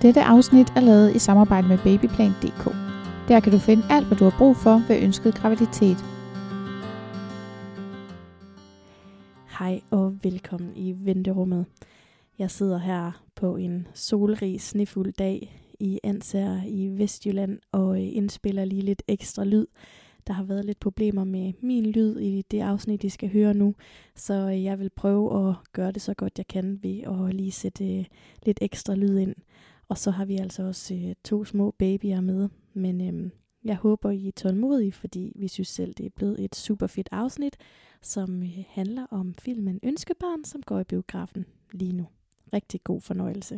Dette afsnit er lavet i samarbejde med Babyplan.dk. Der kan du finde alt, hvad du har brug for ved ønsket graviditet. Hej og velkommen i venterummet. Jeg sidder her på en solrig, snefuld dag i Ansager i Vestjylland og indspiller lige lidt ekstra lyd. Der har været lidt problemer med min lyd i det afsnit, I skal høre nu, så jeg vil prøve at gøre det så godt jeg kan ved at lige sætte lidt ekstra lyd ind. Og så har vi altså også 2 små babyer med, men jeg håber, I er tålmodige, fordi vi synes selv, det er blevet et super fedt afsnit, som handler om filmen Ønskebarn, som går i biografen lige nu. Rigtig god fornøjelse.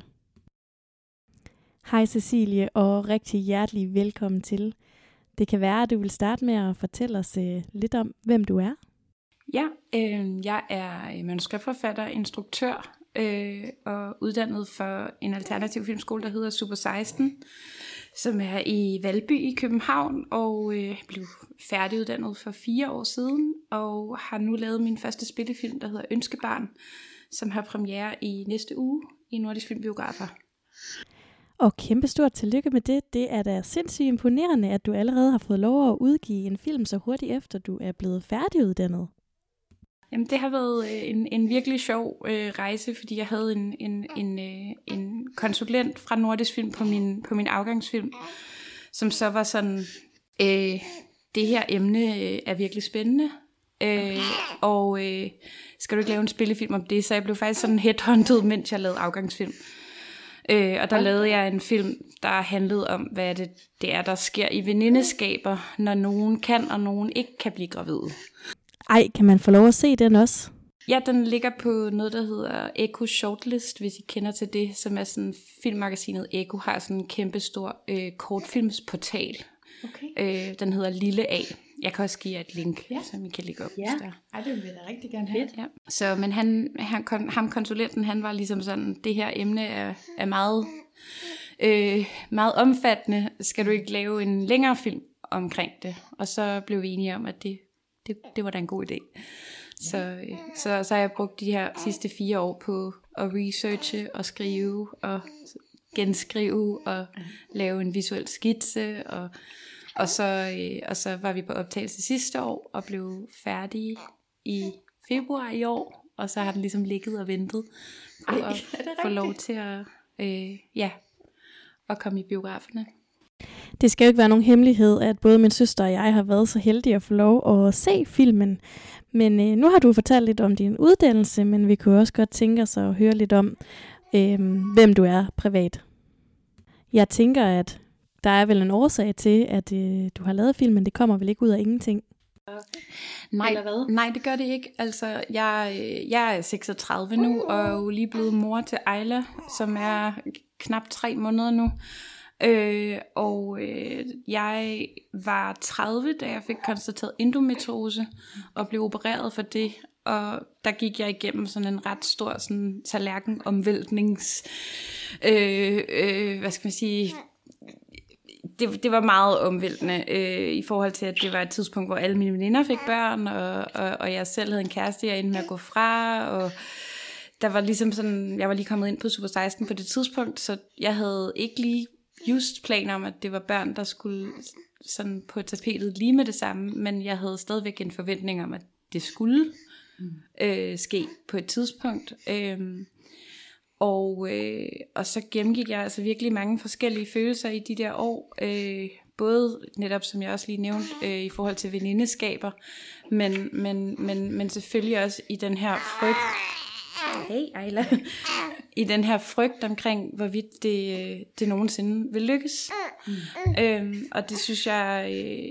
Hej Cecilie, og rigtig hjertelig velkommen til. Det kan være, at du vil starte med at fortælle os lidt om, hvem du er. Ja, jeg er manuskriptforfatter, instruktør og uddannet for en alternativ filmskole, der hedder Super 16, som er i Valby i København, og blev færdiguddannet for 4 år siden, og har nu lavet min første spillefilm, der hedder Ønskebarn, som har premiere i næste uge i Nordisk Filmbiografer. Og kæmpestort tillykke med det. Det er da sindssygt imponerende, at du allerede har fået lov at udgive en film så hurtigt efter, du er blevet færdiguddannet. Jamen, det har været en virkelig sjov rejse, fordi jeg havde en konsulent fra Nordisk Film på min afgangsfilm, som så var sådan, det her emne er virkelig spændende, og skal du ikke lave en spillefilm om det? Så jeg blev faktisk sådan headhunted, mens jeg lavede afgangsfilm. Og der lavede jeg en film, der handlede om, hvad det er, der sker i venindeskaber, når nogen kan, og nogen ikke kan blive gravide. Ej, kan man få lov at se den også? Ja, den ligger på noget, der hedder Eko Shortlist, hvis I kender til det, som er sådan filmmagasinet Eko, har sådan en kæmpe stor kortfilmsportal. Okay. Den hedder Lille A. Jeg kan også give jer et link, som I kan lægge op. Ja, det vil jeg da rigtig gerne have. Ja. Så, men ham konsulenten, han var ligesom sådan, det her emne er meget, meget omfattende. Skal du ikke lave en længere film omkring det? Og så blev vi enige om, at det var da en god idé. Så har jeg brugt de her sidste 4 år på at researche og skrive og genskrive og lave en visuel skitse og så var vi på optagelse sidste år og blev færdige i februar i år, og så har den ligesom ligget og ventet på at få lov til at komme i biograferne. Det skal jo ikke være nogen hemmelighed, at både min søster og jeg har været så heldige at få lov at se filmen. Men nu har du fortalt lidt om din uddannelse, men vi kunne også godt tænke os at høre lidt om, hvem du er privat. Jeg tænker, at der er vel en årsag til, at du har lavet filmen. Det kommer vel ikke ud af ingenting? Nej, det gør det ikke. Altså, jeg er 36 nu, og er jo lige blevet mor til Ejla, som er knap 3 måneder nu. Jeg var 30, da jeg fik konstateret endometriose og blev opereret for det, og der gik jeg igennem sådan en ret stor sådan tallerkenomvæltnings hvad skal man sige, det var meget omvæltende i forhold til, at det var et tidspunkt, hvor alle mine veninder fik børn, og jeg selv havde en kæreste, jeg endte med at gå fra, og der var ligesom sådan, jeg var lige kommet ind på Super 16 på det tidspunkt, så jeg havde ikke lige just planer om, at det var børn, der skulle sådan på tapetet lige med det samme, men jeg havde stadigvæk en forventning om, at det skulle ske på et tidspunkt. Og så gennemgik jeg altså virkelig mange forskellige følelser i de der år, både netop, som jeg også lige nævnte, i forhold til venindeskaber, men selvfølgelig også i den her frygt. Hey, Ejla. I den her frygt omkring, hvorvidt det nogensinde vil lykkes. Og det synes jeg,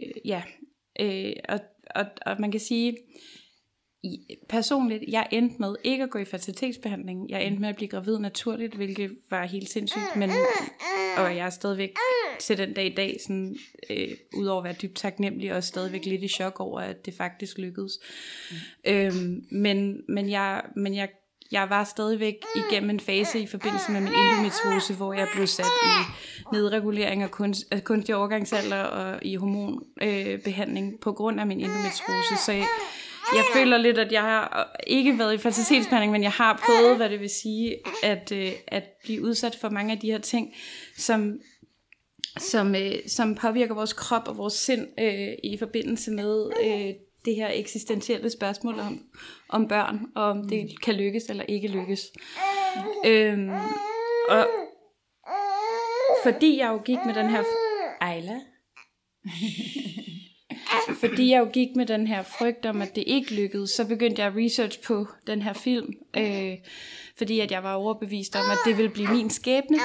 og man kan sige, personligt, jeg endte med ikke at gå i fertilitetsbehandling. Jeg endte med at blive gravid naturligt, hvilket var helt sindssygt, og jeg er stadigvæk til den dag i dag, sådan, udover at være dybt taknemmelig, og stadigvæk lidt i chok over, at det faktisk lykkedes. Men jeg var stadigvæk igennem en fase i forbindelse med min endometriose, hvor jeg blev sat i nedregulering af kunstig overgangsalder og i hormonbehandling på grund af min endometriose. Så jeg føler lidt, at jeg har ikke været i fertilitetsbehandling, men jeg har prøvet, hvad det vil sige, at blive udsat for mange af de her ting, som påvirker vores krop og vores sind i forbindelse med det her eksistentielle spørgsmål om børn, og om det kan lykkes eller ikke lykkes. Og fordi jeg jo gik med den her fordi jeg jo gik med den her frygt om, at det ikke lykkedes, så begyndte jeg at research på den her film, fordi at jeg var overbevist om, at det ville blive min skæbne.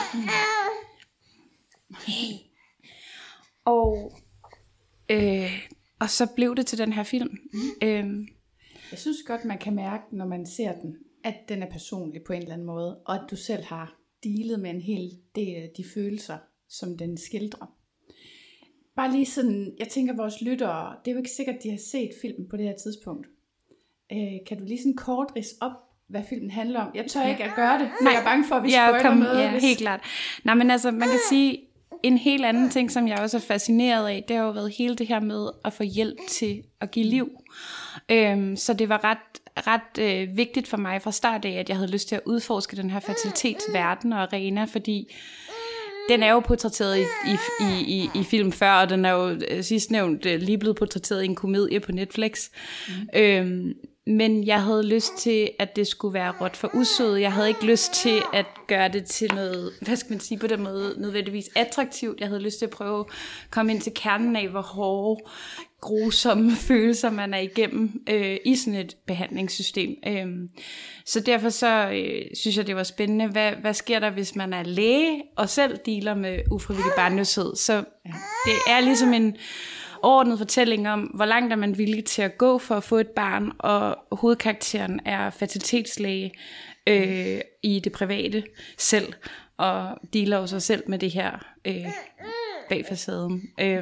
Og så blev det til den her film. Jeg synes godt, man kan mærke, når man ser den, at den er personlig på en eller anden måde, og at du selv har dealet med en hel del af de følelser, som den skildrer. Bare lige sådan, jeg tænker vores lyttere, det er jo ikke sikkert, de har set filmen på det her tidspunkt. Kan du lige sådan kort ridse op, hvad filmen handler om? Jeg tør ikke at gøre det, for jeg er bange for, at vi spoiler noget. Ja, helt klart. Nej, men altså, man kan sige, en helt anden ting, som jeg også er fascineret af, det har jo været hele det her med at få hjælp til at give liv. Så det var ret vigtigt for mig fra start af, at jeg havde lyst til at udforske den her fertilitetsverden og arena, fordi den er jo portrætteret i film før, og den er jo sidst nævnt lige blevet portrætteret i en komedie på Netflix. Men jeg havde lyst til, at det skulle være råt for usødet. Jeg havde ikke lyst til at gøre det til noget, hvad skal man sige, på den måde nødvendigvis attraktivt. Jeg havde lyst til at prøve at komme ind til kernen af, hvor hårde, grusomme følelser man er igennem i sådan et behandlingssystem. Så derfor synes jeg, det var spændende. Hvad sker der, hvis man er læge og selv dealer med ufrivillig barnløshed? Så det er ligesom en overordnet fortælling om, hvor langt er man villig til at gå for at få et barn, og hovedkarakteren er fertilitetslæge i det private selv, og dealer jo sig selv med det her bag facaden.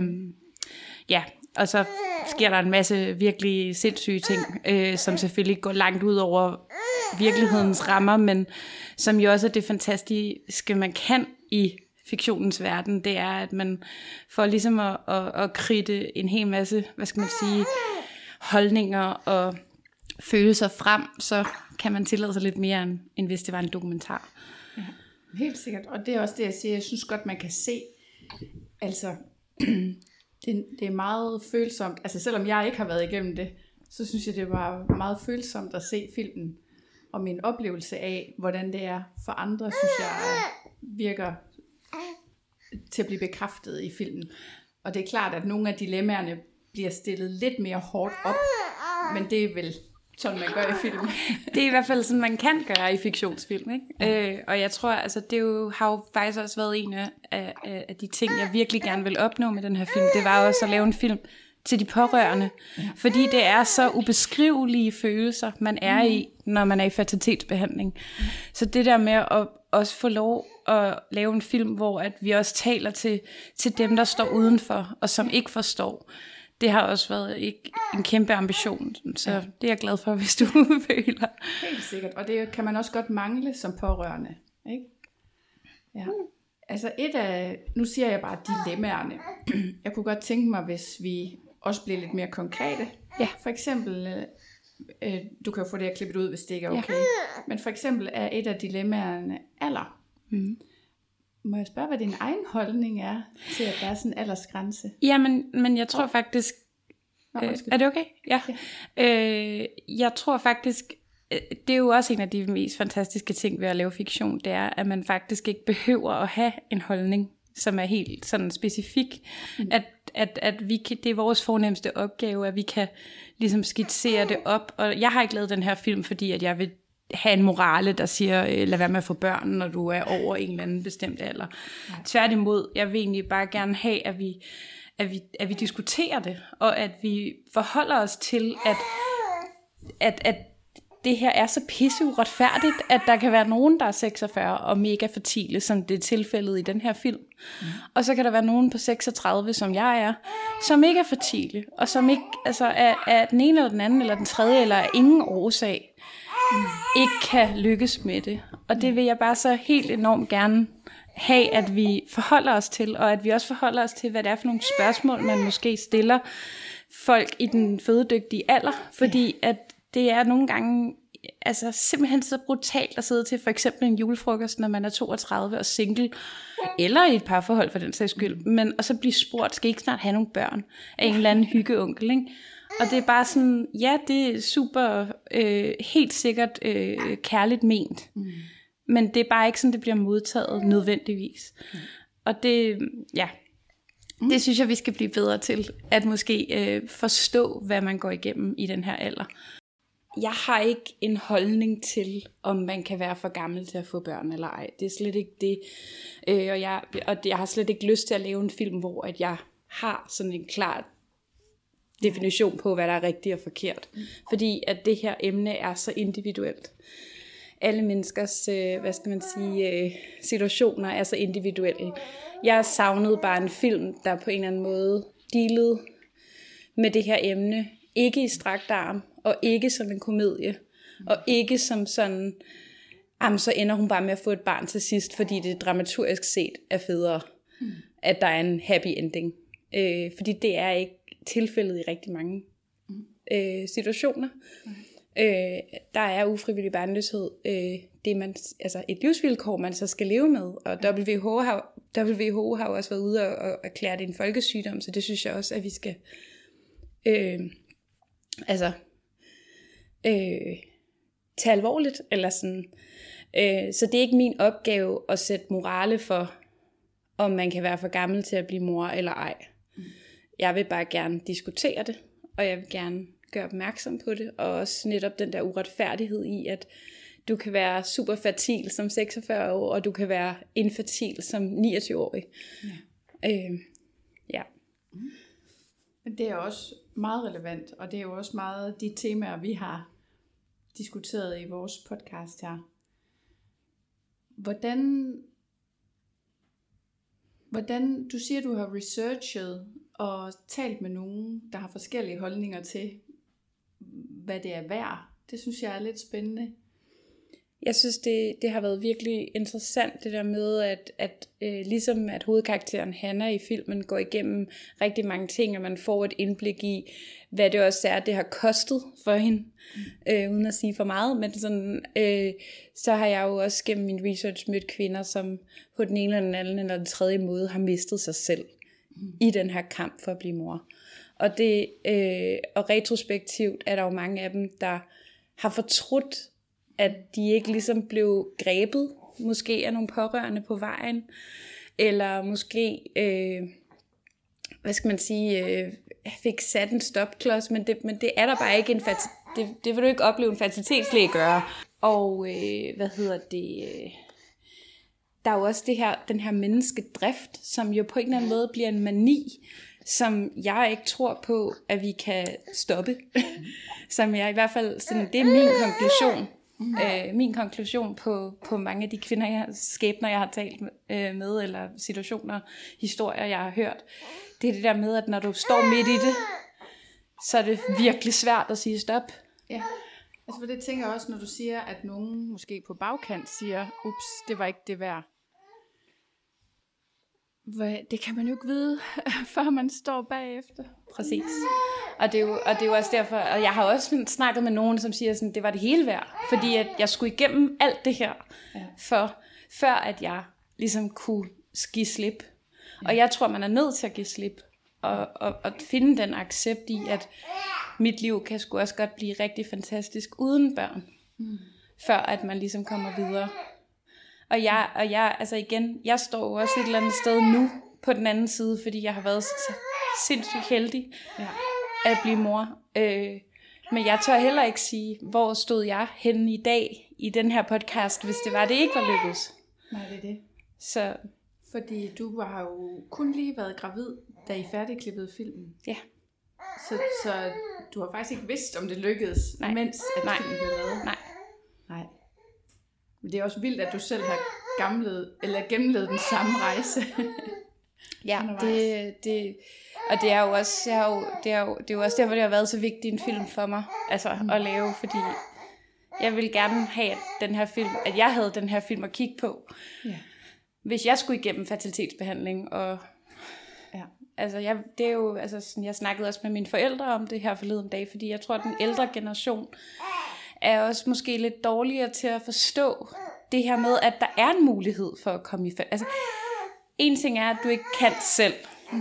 Og så sker der en masse virkelig sindssyge ting, som selvfølgelig går langt ud over virkelighedens rammer, men som jo også er det fantastiske, man kan i fiktionens verden, det er, at man får ligesom at kridte en hel masse, hvad skal man sige, holdninger og følelser frem, så kan man tillade sig lidt mere, end hvis det var en dokumentar. Ja, helt sikkert, og det er også det, jeg siger, jeg synes godt, man kan se, altså, det er meget følsomt, altså selvom jeg ikke har været igennem det, så synes jeg, det var meget følsomt at se filmen, og min oplevelse af, hvordan det er for andre, synes jeg virker til at blive bekræftet i filmen. Og det er klart, at nogle af dilemmaerne bliver stillet lidt mere hårdt op, men det er vel sådan, man gør i film. Det er i hvert fald sådan, man kan gøre i fiktionsfilm, ikke? Og jeg tror, altså har jo faktisk også været en af de ting, jeg virkelig gerne vil opnå med den her film. Det var også at lave en film til de pårørende. Ja. Fordi det er så ubeskrivelige følelser, man er i, når man er i fertilitetsbehandling. Ja. Så det der med at også få lov at lave en film, hvor at vi også taler til dem, der står udenfor, og som ikke forstår, det har også været en kæmpe ambition. Så det er jeg glad for, hvis du føler. Helt sikkert, og det kan man også godt mangle som pårørende, ikke? Ja. Altså nu siger jeg bare dilemmaerne. Jeg kunne godt tænke mig, hvis vi også bliver lidt mere konkrete. Ja. For eksempel, du kan jo få det her klippet ud, hvis det ikke er okay. Ja. Men for eksempel er et af dilemmaerne alder. Må jeg spørge, hvad din egen holdning er til, at der er sådan en aldersgrænse? Ja, men jeg tror faktisk... er det okay? Ja. Jeg tror faktisk... Det er jo også en af de mest fantastiske ting ved at lave fiktion, det er, at man faktisk ikke behøver at have en holdning, som er helt sådan specifik. At det er vores fornemmeste opgave, at vi kan ligesom skitsere det op. Og jeg har ikke lavet den her film, fordi at jeg vil have en morale, der siger, lad være med at få børn, når du er over en eller anden bestemt alder. Ja. Tværtimod, jeg vil egentlig bare gerne have, at vi diskuterer det, og at vi forholder os til, at det her er så pisseuretfærdigt, at der kan være nogen, der er 46 og mega fertile, som det er tilfældet i den her film. Og så kan der være nogen på 36, som jeg er, som ikke er fertile, og som ikke altså er den ene eller den anden, eller den tredje, eller af ingen årsag, ikke kan lykkes med det. Og det vil jeg bare så helt enormt gerne have, at vi forholder os til, og at vi også forholder os til, hvad det er for nogle spørgsmål, man måske stiller. folk i den fødedygtige alder, fordi at det er nogle gange altså simpelthen så brutalt at sidde til for eksempel en julefrokost, når man er 32 og single, eller i et parforhold for den sags skyld, men og så blive spurgt, skal I ikke snart have nogle børn af en eller anden hyggeonkel, ikke? Og det er bare sådan, ja, det er super, helt sikkert kærligt ment, men det er bare ikke sådan, det bliver modtaget nødvendigvis. Og det, ja, det synes jeg, vi skal blive bedre til, at måske forstå, hvad man går igennem i den her alder. Jeg har ikke en holdning til, om man kan være for gammel til at få børn eller ej. Det er slet ikke det. Og jeg har slet ikke lyst til at lave en film, hvor at jeg har sådan en klar definition på, hvad der er rigtigt og forkert. Fordi at det her emne er så individuelt. Alle menneskers, situationer er så individuelle. Jeg savnede bare en film, der på en eller anden måde dealede med det her emne. Ikke i strakt arm, og ikke som en komedie, og ikke som sådan, så ender hun bare med at få et barn til sidst, fordi det dramaturgisk set er federe, at der er en happy ending. Fordi det er ikke tilfældet i rigtig mange situationer. Der er ufrivillig barnløshed, det man, altså et livsvilkår, man så skal leve med, og WHO har også været ude og erklære det en folkesygdom, så det synes jeg også, at vi skal tage alvorligt, eller sådan. Så det er ikke min opgave at sætte morale for, om man kan være for gammel til at blive mor eller ej. Jeg vil bare gerne diskutere det, og jeg vil gerne gøre opmærksom på det, og også netop den der uretfærdighed i, at du kan være super fertil som 46 år, og du kan være infertil som 29-årig. Ja. Men det er også meget relevant, og det er jo også meget de temaer, vi har diskuteret i vores podcast her. Hvordan du siger, du har researchet og talt med nogen, der har forskellige holdninger til, hvad det er værd. Det synes jeg er lidt spændende. Jeg synes, det har været virkelig interessant, det der med, at ligesom at hovedkarakteren Hannah i filmen går igennem rigtig mange ting, og man får et indblik i, hvad det også er, det har kostet for hende, uden at sige for meget, men sådan, så har jeg jo også gennem min research mødt kvinder, som på den ene eller den anden eller den tredje måde har mistet sig selv i den her kamp for at blive mor. Og og retrospektivt er der jo mange af dem, der har fortrudt, at de ikke ligesom blev grebet, måske af nogle pårørende på vejen, eller måske, fik sat en stopklods, men det er der bare ikke det vil du ikke opleve en fertilitetslæge gøre. Og der er jo også den her menneskedrift, som jo på en eller anden måde bliver en mani, som jeg ikke tror på, at vi kan stoppe. Som jeg i hvert fald, sådan, det er min konklusion. Min konklusion på mange af de skæbner, jeg har talt med, eller situationer, historier, jeg har hørt. Det er det der med, at når du står midt i det, så er det virkelig svært at sige stop. Ja, altså for det tænker jeg også, når du siger, at nogen måske på bagkant siger, ups, det var ikke det værd. Det kan man jo ikke vide, før man står bagefter. Præcis. Og det er jo også derfor, og jeg har også snakket med nogen, som siger sådan, det var det hele værd, fordi at jeg skulle igennem alt det her, før at jeg ligesom kunne give slip. Ja. Og jeg tror, man er nødt til at give slip, og finde den accept i, at mit liv kan sgu også godt blive rigtig fantastisk uden børn, før at man ligesom kommer videre. Og jeg, altså igen, jeg står jo også et eller andet sted nu, på den anden side, fordi jeg har været så sindssygt heldig at blive mor. Men jeg tør heller ikke sige, hvor stod jeg henne i dag i den her podcast, hvis det ikke var lykkedes. Nej, det er det. Så. Fordi du har jo kun lige været gravid, da I færdigklippede filmen. Ja. Så du har faktisk ikke vidst, om det lykkedes, mens at filmen blev lavet. Nej. Men det er også vildt, at du selv har gennemlevet den samme rejse. Ja, og det er jo også, det er jo også derfor, det har været så vigtig en film for mig, altså at lave, fordi jeg ville gerne have at jeg havde den her film at kigge på, hvis jeg skulle igennem fertilitetsbehandling, og altså det er jo, altså sådan, jeg snakkede også med mine forældre om det her forleden dag, fordi jeg tror, at den ældre generation er også måske lidt dårligere til at forstå det her med, at der er en mulighed for at komme i altså, en ting er, at du ikke kan selv.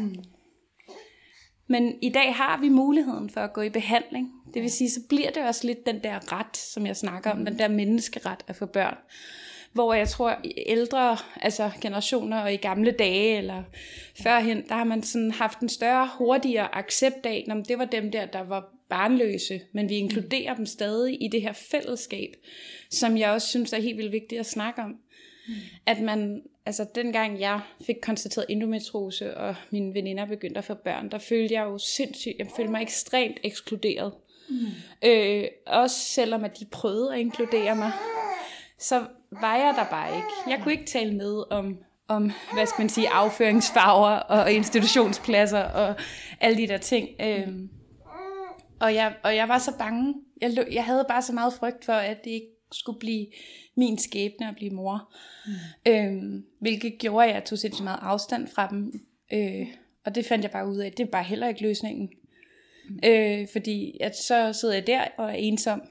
Men i dag har vi muligheden for at gå i behandling. Det vil sige, så bliver det også lidt den der ret, som jeg snakker om, den der menneskeret at få børn. Hvor jeg tror, i ældre altså generationer og i gamle dage eller førhen, der har man sådan haft en større, hurtigere accept af, når det var dem der var barnløse, men vi inkluderer dem stadig i det her fællesskab, som jeg også synes er helt vildt vigtigt at snakke om. At man, altså dengang jeg fik konstateret endometriose, og mine veninder begyndte at få børn, der følte jeg jo sindssygt, jeg følte mig ekstremt ekskluderet. Også selvom at de prøvede at inkludere mig, så var jeg der bare ikke. Jeg kunne ikke tale med om hvad skal man sige, afføringsfarver og institutionspladser og alle de der ting. Og jeg var så bange. Jeg havde bare så meget frygt for, at det ikke skulle blive min skæbne at blive mor. Hvilket gjorde, at jeg tog sindssygt meget afstand fra dem. Og det fandt jeg bare ud af, det er bare heller ikke løsningen. Fordi at så sidder jeg der og er ensom.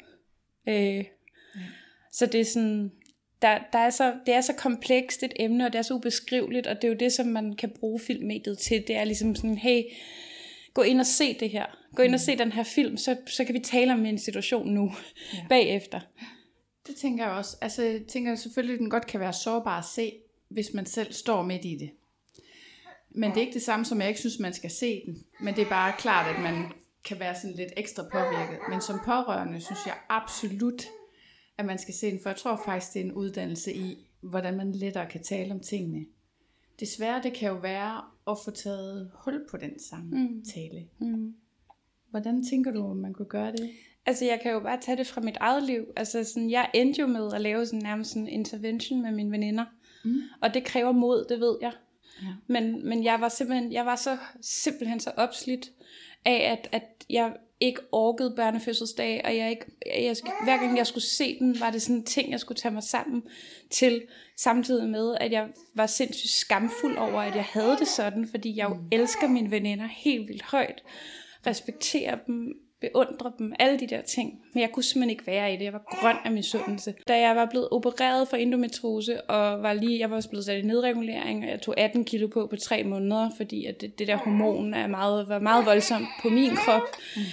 Så det er sådan, det er så komplekst et emne, og det er så ubeskriveligt, og det er jo det, som man kan bruge filmmediet til. Det er ligesom sådan, hey, gå ind og se det her. Gå ind og se den her film, så kan vi tale om en situation nu, bagefter. Det tænker jeg også. Altså, jeg tænker selvfølgelig, at den godt kan være sårbar at se, hvis man selv står midt i det. Men det er ikke det samme, som jeg ikke synes, man skal se den. Men det er bare klart, at man kan være sådan lidt ekstra påvirket. Men som pårørende, synes jeg absolut, at man skal se den. For jeg tror faktisk, det er en uddannelse i, hvordan man lettere kan tale om tingene. Desværre, det kan jo være at få taget hul på den samtale. Hvordan tænker du, man kunne gøre det? Altså, jeg kan jo bare tage det fra mit eget liv. Altså, sådan, jeg endte jo med at lave sådan nærmest en intervention med mine veninder. Og det kræver mod, det ved jeg. Ja. Men jeg var simpelthen så opslidt af, at jeg ikke orkede børnefødselsdag, og hver gang jeg skulle se den, var det sådan en ting, jeg skulle tage mig sammen til, samtidig med, at jeg var sindssygt skamfuld over, at jeg havde det sådan, fordi jeg jo elsker mine veninder helt vildt højt, respekterer dem, beundrer dem, alle de der ting. Men jeg kunne simpelthen ikke være i det. Jeg var grøn af misundelse. Da jeg var blevet opereret for endometriose, og jeg var også blevet sat i nedregulering, og jeg tog 18 kilo på 3 måneder, fordi at det der hormon var meget voldsomt på min krop.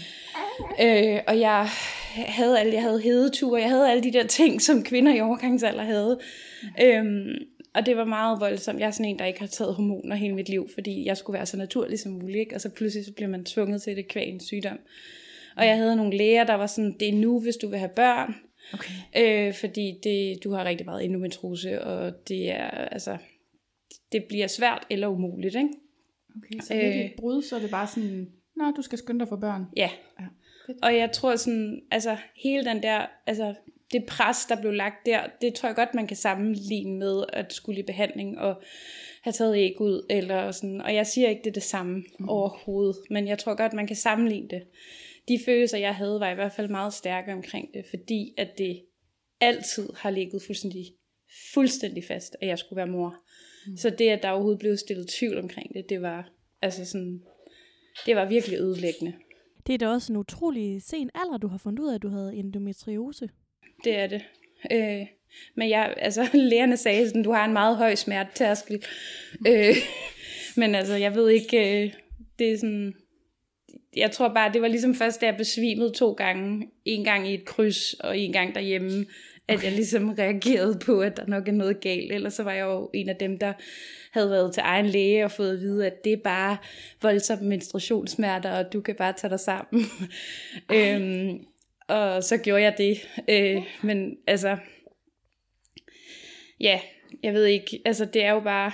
Og jeg havde hedeture, jeg havde alle de der ting, som kvinder i overgangsalder havde. Og det var meget voldsomt. Jeg er sådan en, der ikke har taget hormoner hele mit liv, fordi jeg skulle være så naturlig som muligt, ikke? Og så pludselig så bliver man tvunget til det kvæg en sygdom. Og jeg havde nogle læger, der var sådan, det er nu, hvis du vil have børn. Okay. Fordi du har rigtig meget endometriose, og det er, altså, det bliver svært eller umuligt, ikke? Okay, så det er et brud, så er det bare sådan, nå, du skal skynde dig for børn. Ja. Og jeg tror sådan, altså hele den der, altså det pres, der blev lagt der, det tror jeg godt, man kan sammenligne med at skulle i behandling og have taget æg ud, eller sådan. Og jeg siger ikke, det er det samme overhovedet, men jeg tror godt, man kan sammenligne det. De følelser, jeg havde, var i hvert fald meget stærke omkring det, fordi at det altid har ligget fuldstændig fast, at jeg skulle være mor. Så det, at der overhovedet blev stillet tvivl omkring det, det var, altså sådan, det var virkelig ødelæggende. Det er da også en utrolig sen alder, du har fundet ud af, at du havde endometriose. Det er det. Men lægerne sagde sådan, du har en meget høj smertetærskel. Men altså, jeg ved ikke, det er sådan, jeg tror bare, det var ligesom først, da jeg besvimede 2 gange. En gang i et kryds, og en gang derhjemme, at jeg ligesom reagerede på, at der nok er noget galt. Ellers så var jeg jo en af dem, der havde været til egen læge og fået at vide, at det er bare voldsomme menstruationssmerter, og du kan bare tage dig sammen. Og så gjorde jeg det. Men altså, ja, jeg ved ikke, altså det er jo bare,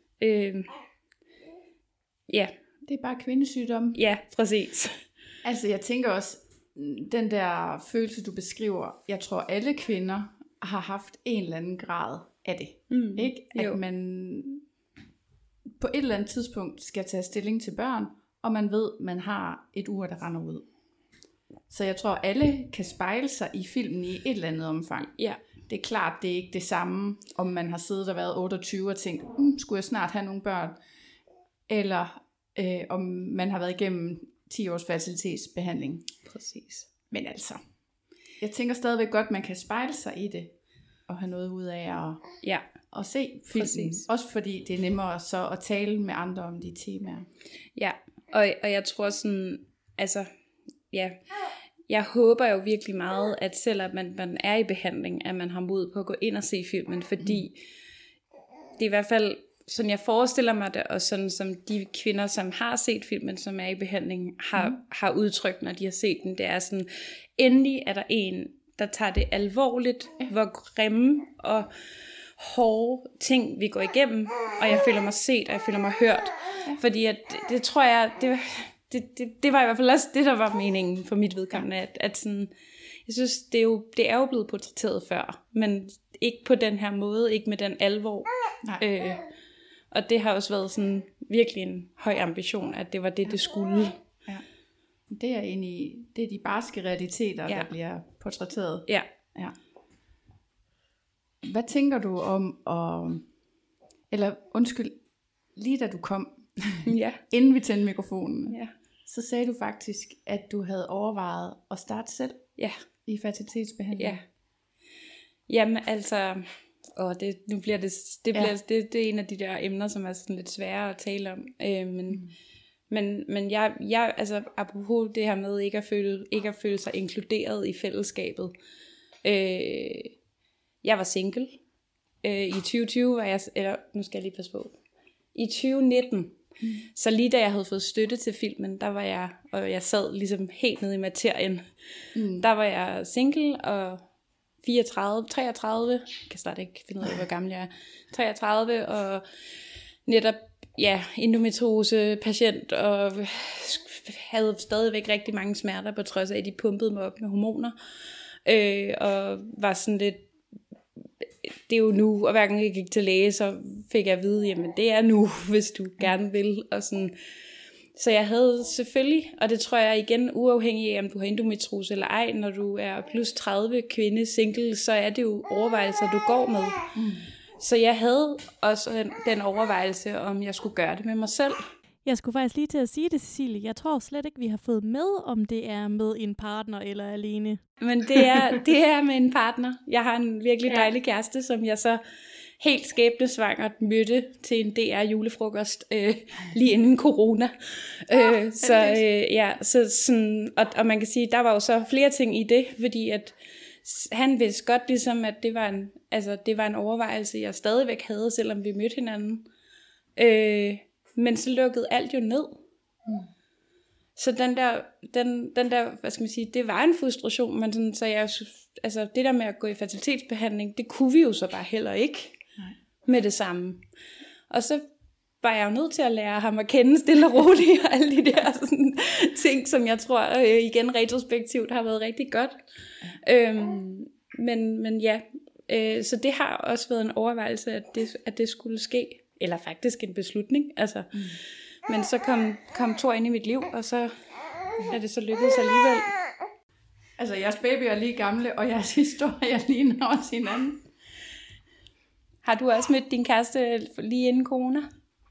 ja. Det er bare kvindesygdom. Ja, præcis. Altså jeg tænker også, den der følelse, du beskriver, jeg tror alle kvinder har haft en eller anden grad af det. Ikke? At man på et eller andet tidspunkt skal tage stilling til børn, og man ved, man har et ur, der render ud. Så jeg tror, alle kan spejle sig i filmen i et eller andet omfang. Ja. Det er klart, det er ikke det samme, om man har siddet og været 28 og tænkt, skulle jeg snart have nogle børn? Eller om man har været igennem 10 års fertilitetsbehandling. Præcis. Men altså, jeg tænker stadigvæk godt, man kan spejle sig i det, og have noget ud af at se filmen. Præcis. Også fordi det er nemmere så at tale med andre om de temaer. Ja, og jeg tror sådan, altså, ja, jeg håber jo virkelig meget, at selvom man er i behandling, at man har mod på at gå ind og se filmen, fordi det er i hvert fald sådan, jeg forestiller mig det, og sådan som de kvinder, som har set filmen, som er i behandling, har udtrykt, når de har set den, det er sådan, endelig er der en, der tager det alvorligt, hvor grimme og hårde ting, vi går igennem, og jeg føler mig set, og jeg føler mig hørt, fordi at, det tror jeg, det var i hvert fald også det, der var meningen for mit vedkommende, at sådan, jeg synes, det er jo blevet portrætteret før, men ikke på den her måde, ikke med den alvor. Og det har også været sådan virkelig en høj ambition, at det var det skulle. Ja. Det er egentlig, det er de barske realiteter, der bliver portrætteret. Ja. Hvad tænker du om, eller undskyld, lige da du kom, inden vi tændte mikrofonen, så sagde du faktisk, at du havde overvejet at starte selv i fertilitetsbehandling. Ja. Jamen altså, nu bliver det er en af de der emner, som er sådan lidt svære at tale om. Men jeg altså apropos det her med ikke at føle sig inkluderet i fællesskabet. Jeg var single. I 2020 var jeg, eller nu skal jeg lige passe på. I 2019, så lige da jeg havde fået støtte til filmen, der var jeg, og jeg sad ligesom helt nede i materien. Der var jeg single og 33, jeg kan snart ikke finde ud af, hvor gammel jeg er, 33, og netop, endometriose patient, og havde stadigvæk rigtig mange smerter, på trods af, at de pumpede mig op med hormoner, og var sådan lidt, det er jo nu, og hver gang jeg gik til læge, så fik jeg at vide, jamen det er nu, hvis du gerne vil, og sådan. Så jeg havde selvfølgelig, og det tror jeg igen, uafhængig af om du har endometriose eller ej, når du er plus 30 kvinde single, så er det jo overvejelser, du går med. Så jeg havde også den overvejelse, om jeg skulle gøre det med mig selv. Jeg skulle faktisk lige til at sige det, Cecilie. Jeg tror slet ikke, vi har fået med, om det er med en partner eller alene. Men det er med en partner. Jeg har en virkelig dejlig kæreste, som jeg så helt skæbnesvangert mødte til en DR julefrokost lige inden corona. Så sådan, og man kan sige, der var jo så flere ting i det, fordi at han vidste godt ligesom, at det var en overvejelse, jeg stadigvæk havde, selvom vi mødte hinanden. Men så lukkede alt jo ned. Så den der, hvad skal man sige, det var en frustration, men sådan, så jeg, altså det der med at gå i fertilitetsbehandling, det kunne vi jo så bare heller ikke med det samme. Og så var jeg jo nødt til at lære ham at kende stille og roligt, og alle de der sådan, ting, som jeg tror igen retrospektivt har været rigtig godt. Så det har også været en overvejelse, at det skulle ske, eller faktisk en beslutning, altså. Men så kom Thor ind i mit liv, og så er det så lykkedes alligevel. Altså jeres babyer er lige gamle, og jeres historier ligner også hinanden. Har du også mødt din kæreste lige inden corona?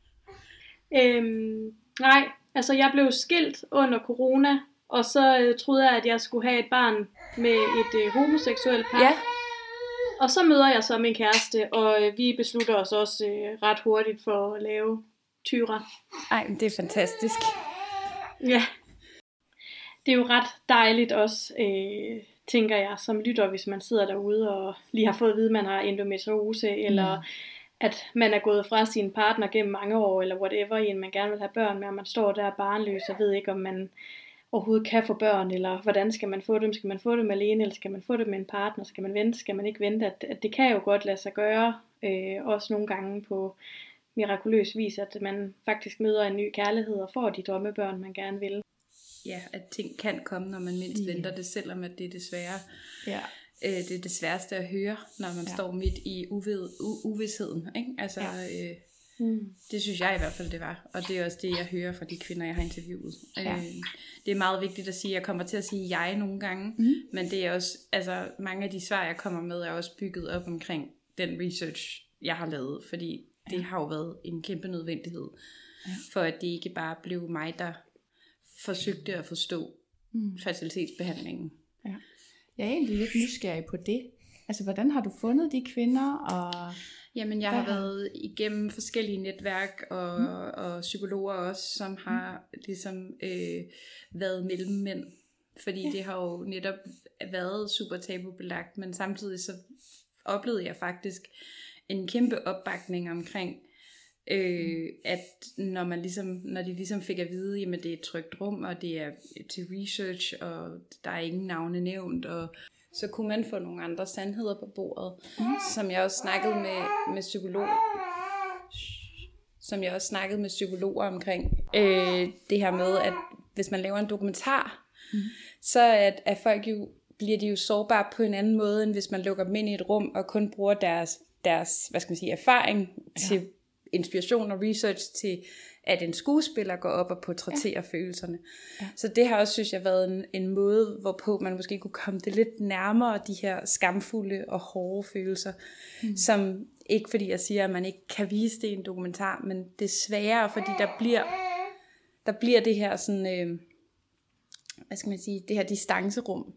Nej, altså jeg blev skilt under corona, og så troede jeg, at jeg skulle have et barn med et homoseksuelt par. Ja. Og så møder jeg så min kæreste, og vi beslutter os også ret hurtigt for at lave Tyra. Ej, det er fantastisk. Ja. Det er jo ret dejligt også, tænker jeg, som lytter, hvis man sidder derude og lige har fået at vide, at man har endometriose, eller at man er gået fra sin partner gennem mange år, eller whatever, en man gerne vil have børn med, og man står der barnløs og ved ikke, om man overhovedet kan få børn, eller hvordan skal man få dem? Skal man få dem alene, eller skal man få dem med en partner? Skal man vente? Skal man ikke vente? At det kan jo godt lade sig gøre, også nogle gange på mirakuløs vis, at man faktisk møder en ny kærlighed og får de drømmebørn, man gerne vil. Ja, at ting kan komme, når man mindst venter det, selvom at det er desværre. Ja. Det er det sværeste at høre, når man står midt i uvidsheden, ikke? Altså, det synes jeg i hvert fald, det var. Og det er også det, jeg hører fra de kvinder, jeg har interviewet. Ja. Det er meget vigtigt at sige, at jeg kommer til at sige jeg nogle gange, men det er også, altså mange af de svar, jeg kommer med, er også bygget op omkring den research, jeg har lavet, fordi det har jo været en kæmpe nødvendighed, for at det ikke bare blev mig, der forsøgte at forstå fertilitetsbehandlingen. Ja. Jeg er egentlig lidt nysgerrig på det. Altså, hvordan har du fundet de kvinder? Og Jamen, jeg har været igennem forskellige netværk og psykologer også, som har ligesom været mellemmænd. Fordi det har jo netop været super tabubelagt, men samtidig så oplevede jeg faktisk en kæmpe opbakning omkring, at når de ligesom fik at vide, jamen det er et trygt rum, og det er til research, og der er ingen navne nævnt, og så kunne man få nogle andre sandheder på bordet, som jeg også snakkede med psykologer omkring. Det her med, at hvis man laver en dokumentar, så er folk jo, bliver de jo sårbare på en anden måde, end hvis man lukker dem ind i et rum og kun bruger deres hvad skal man sige, erfaring til inspiration og research til, at en skuespiller går op og portrætterer følelserne. Ja. Så det har også, synes jeg, været en måde, hvorpå man måske kunne komme det lidt nærmere, de her skamfulde og hårde følelser, som ikke fordi jeg siger, at man ikke kan vise det i en dokumentar, men det er sværere, fordi der bliver det her sådan, hvad skal man sige, det her distancerum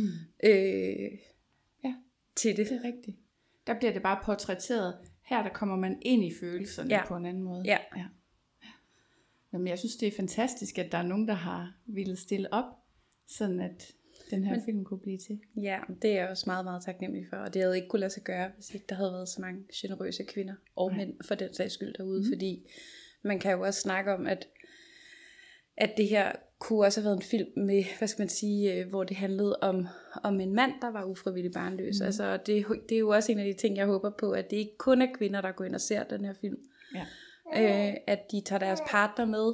til det. Det er rigtigt. Der bliver det bare portrætteret. Her der kommer man ind i følelserne på en anden måde. Ja. Jamen, jeg synes, det er fantastisk, at der er nogen, der har ville stille op, sådan at den her film kunne blive til. Ja, det er jeg også meget, meget taknemmelig for. Og det havde ikke kunne lade sig gøre, hvis ikke der havde været så mange generøse kvinder og mænd for den sags skyld derude. Fordi man kan jo også snakke om, at det her kunne også have været en film med, hvad skal man sige, hvor det handlede om en mand, der var ufrivillig barnløs. Altså, det er jo også en af de ting, jeg håber på, at det ikke kun er kvinder, der går ind og ser den her film. Ja. At de tager deres partner med,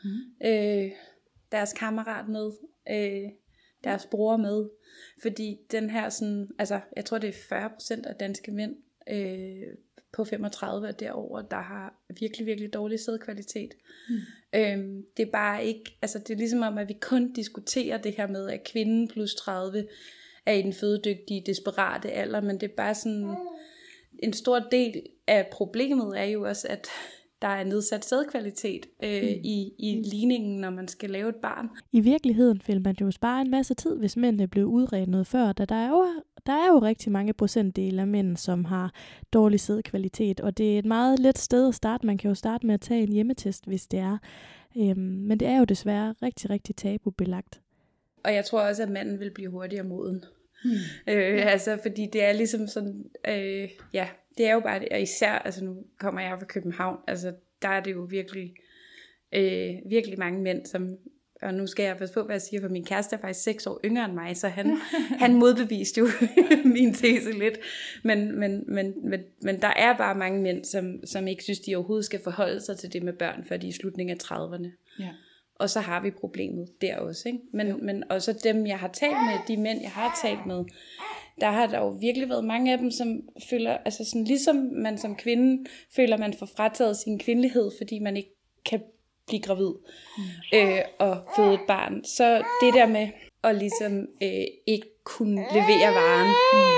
deres kammerat med, deres bror med. Fordi den her sådan, altså, jeg tror det er 40% af danske mænd på 35 og derover, der har virkelig, virkelig dårlig sædkvalitet. Det er bare ikke, altså det er ligesom om, at vi kun diskuterer det her med, at kvinden plus 30 er i den fødedygtige, desperate alder, men det er bare sådan, en stor del af problemet er jo også, at der er nedsat sædkvalitet i ligningen, når man skal lave et barn. I virkeligheden vil man jo spare en masse tid, hvis mændene blev udredt noget før, da der er jo rigtig mange procentdele af mænd, som har dårlig sædkvalitet, og det er et meget let sted at starte. Man kan jo starte med at tage en hjemmetest, hvis det er. Men det er jo desværre rigtig, rigtig tabubelagt. Og jeg tror også, at manden vil blive hurtigere moden. Altså, fordi det er ligesom sådan, det er jo bare det, og især, altså nu kommer jeg fra København, altså der er det jo virkelig, virkelig mange mænd, som, og nu skal jeg passe på, hvad jeg siger, for min kæreste er faktisk 6 år yngre end mig, så han modbeviste jo min tese lidt, men der er bare mange mænd, som ikke synes, de overhovedet skal forholde sig til det med børn, før de er i slutningen af 30'erne. Ja. Og så har vi problemet der også, ikke? Men også dem, jeg har talt med, de mænd, jeg har talt med, der har der jo virkelig været mange af dem, som føler, altså sådan ligesom man som kvinde føler, man får frataget sin kvindelighed, fordi man ikke kan blive gravid og føde et barn. Så det der med at ligesom ikke kunne levere varen,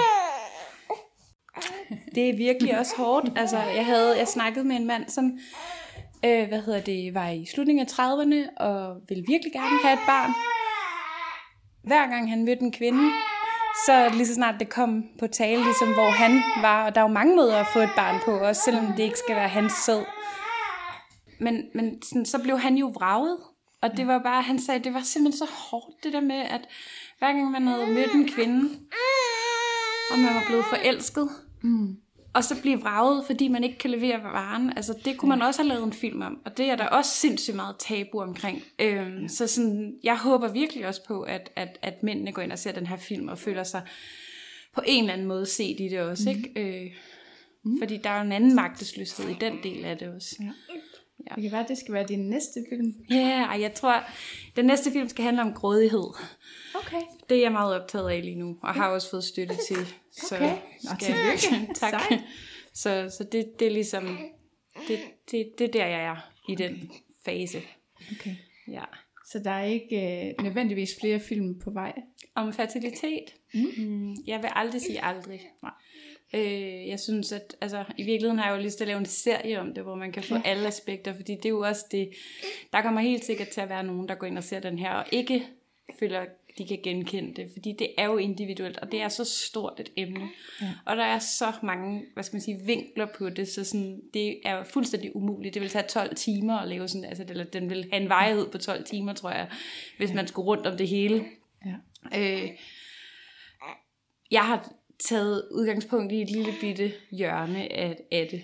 det er virkelig også hårdt. Altså jeg snakkede med en mand, som var i slutningen af 30'erne og ville virkelig gerne have et barn. Hver gang han mødte en kvinde, så lige så snart det kom på tale, ligesom hvor han var, og der er jo mange måder at få et barn på, også selvom det ikke skal være hans sæd. Men sådan, så blev han jo vraget, og det var bare, han sagde, det var simpelthen så hårdt, det der med, at hver gang man havde mødt en kvinde, og man var blevet forelsket, og så blive vraget, fordi man ikke kan levere varen. Altså det kunne man også have lavet en film om, og det er der også sindssygt meget tabu omkring. Så sådan, jeg håber virkelig også på, at mændene går ind og ser den her film, og føler sig på en eller anden måde set i det også. Ikke? Fordi der er jo en anden magtesløshed i den del af det også. Ja. Det kan være, det skal være din næste film. Jeg tror, den næste film skal handle om grådighed. Okay. Det er jeg meget optaget af lige nu, og har også fået støtte til. Okay. Tak. Så det er ligesom, det er der, jeg er i den fase. Okay. Ja. Så der er ikke nødvendigvis flere film på vej? Om fertilitet? Jeg vil aldrig sige aldrig. Jeg synes, at i virkeligheden har jeg jo lyst til at lave en serie om det, hvor man kan få alle aspekter, fordi det er jo også det, der kommer helt sikkert til at være nogen, der går ind og ser den her, og ikke føler, de kan genkende det, fordi det er jo individuelt, og det er så stort et emne, og der er så mange, vinkler på det, så sådan, det er fuldstændig umuligt. Det vil tage 12 timer at lave sådan, eller den vil have en varighed på 12 timer, tror jeg, hvis man skulle rundt om det hele. Jeg har taget udgangspunkt i et lille bitte hjørne af det.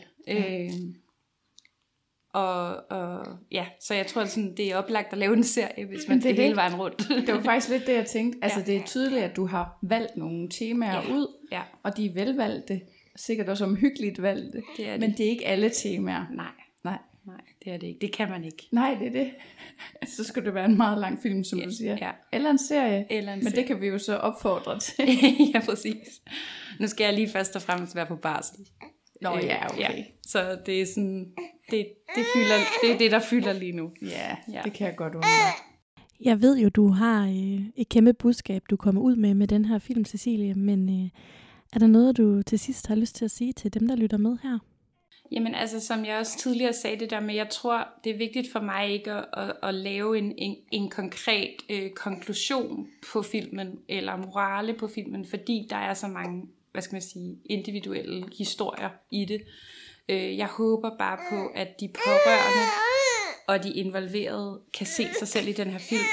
Så jeg tror, sådan, det er oplagt at lave en serie, hvis man det hele vejen rundt. Det var faktisk lidt det, jeg tænkte. Altså, det er tydeligt, at du har valgt nogle temaer ud, og de er velvalgte, sikkert også omhyggeligt valgte, men det er ikke alle temaer. Nej, det er det ikke. Det kan man ikke. Nej, det er det. Så skulle det være en meget lang film, som du siger. Ja. Eller en serie. Men det kan vi jo så opfordre til. Ja, præcis. Nu skal jeg lige først og fremmest være på barsel. Nå ja, okay. Ja. Så det er sådan, det er det, der fylder lige nu. Ja, det kan jeg godt undre. Jeg ved jo, du har et kæmpe budskab, du kommer ud med den her film, Cecilie, men er der noget, du til sidst har lyst til at sige til dem, der lytter med her? Jamen som jeg også tidligere sagde det der med, jeg tror, det er vigtigt for mig ikke at lave en konkret konklusion på filmen, eller morale på filmen, fordi der er så mange, individuelle historier i det. Jeg håber bare på, at de pårørende og de involverede kan se sig selv i den her film.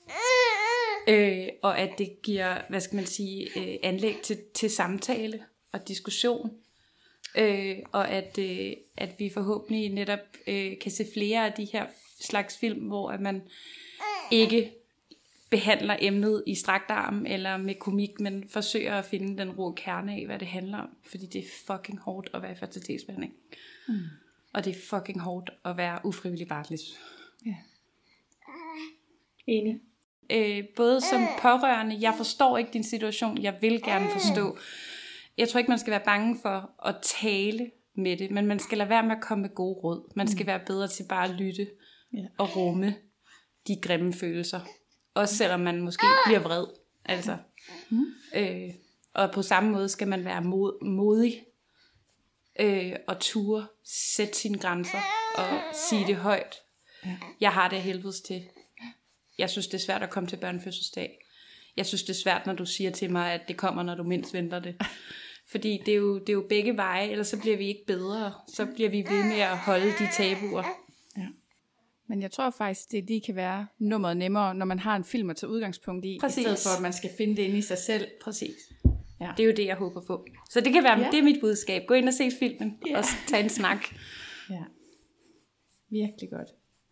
Og at det giver, anlæg til samtale og diskussion. Og at vi forhåbentlig netop kan se flere af de her slags film, hvor at man ikke behandler emnet i strakt arm eller med komik, men forsøger at finde den rå kerne af, hvad det handler om. Fordi det er fucking hårdt at være i fertilitetsbehandling. Og det er fucking hårdt at være ufrivillig barnløs. Ja. Enig. Både som pårørende, jeg forstår ikke din situation, jeg vil gerne forstå. Jeg tror ikke, man skal være bange for at tale med det, men man skal lade være med at komme med gode råd. Man skal være bedre til bare at lytte og rumme de grimme følelser. Også selvom man måske bliver vred. Altså. Og på samme måde skal man være modig og ture sætte sine grænser og sige det højt. Jeg har det helvedes til. Jeg synes, det er svært at komme til børnefødselsdag. Jeg synes, det er svært, når du siger til mig, at det kommer, når du mindst venter det. Fordi det er jo begge veje, ellers så bliver vi ikke bedre. Så bliver vi ved med at holde de tabuer. Ja. Men jeg tror faktisk, det lige kan være nummeret nemmere, når man har en film at tage udgangspunkt i. Præcis. I stedet for, at man skal finde det inde i sig selv. Præcis. Ja. Det er jo det, jeg håber på. Så det kan være, det er mit budskab. Gå ind og se filmen, og tage en snak. Ja. Virkelig godt.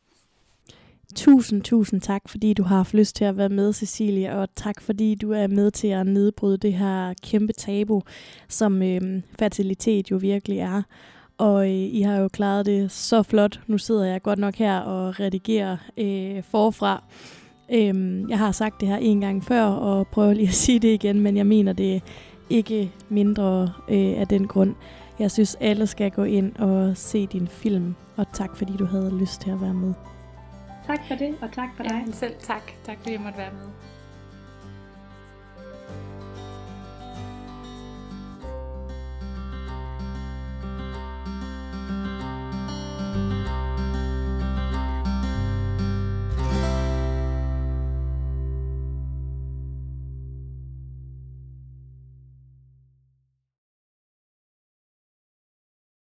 Tusind tak, fordi du har haft lyst til at være med, Cecilie, og tak, fordi du er med til at nedbryde det her kæmpe tabu, som fertilitet jo virkelig er. Og I har jo klaret det så flot. Nu sidder jeg godt nok her og redigerer forfra. Jeg har sagt det her en gang før, og prøver lige at sige det igen, men jeg mener det ikke mindre af den grund. Jeg synes, alle skal gå ind og se din film, og tak, fordi du havde lyst til at være med. Tak for det, og tak for dig. Ja, selv tak. Tak, fordi jeg måtte være med.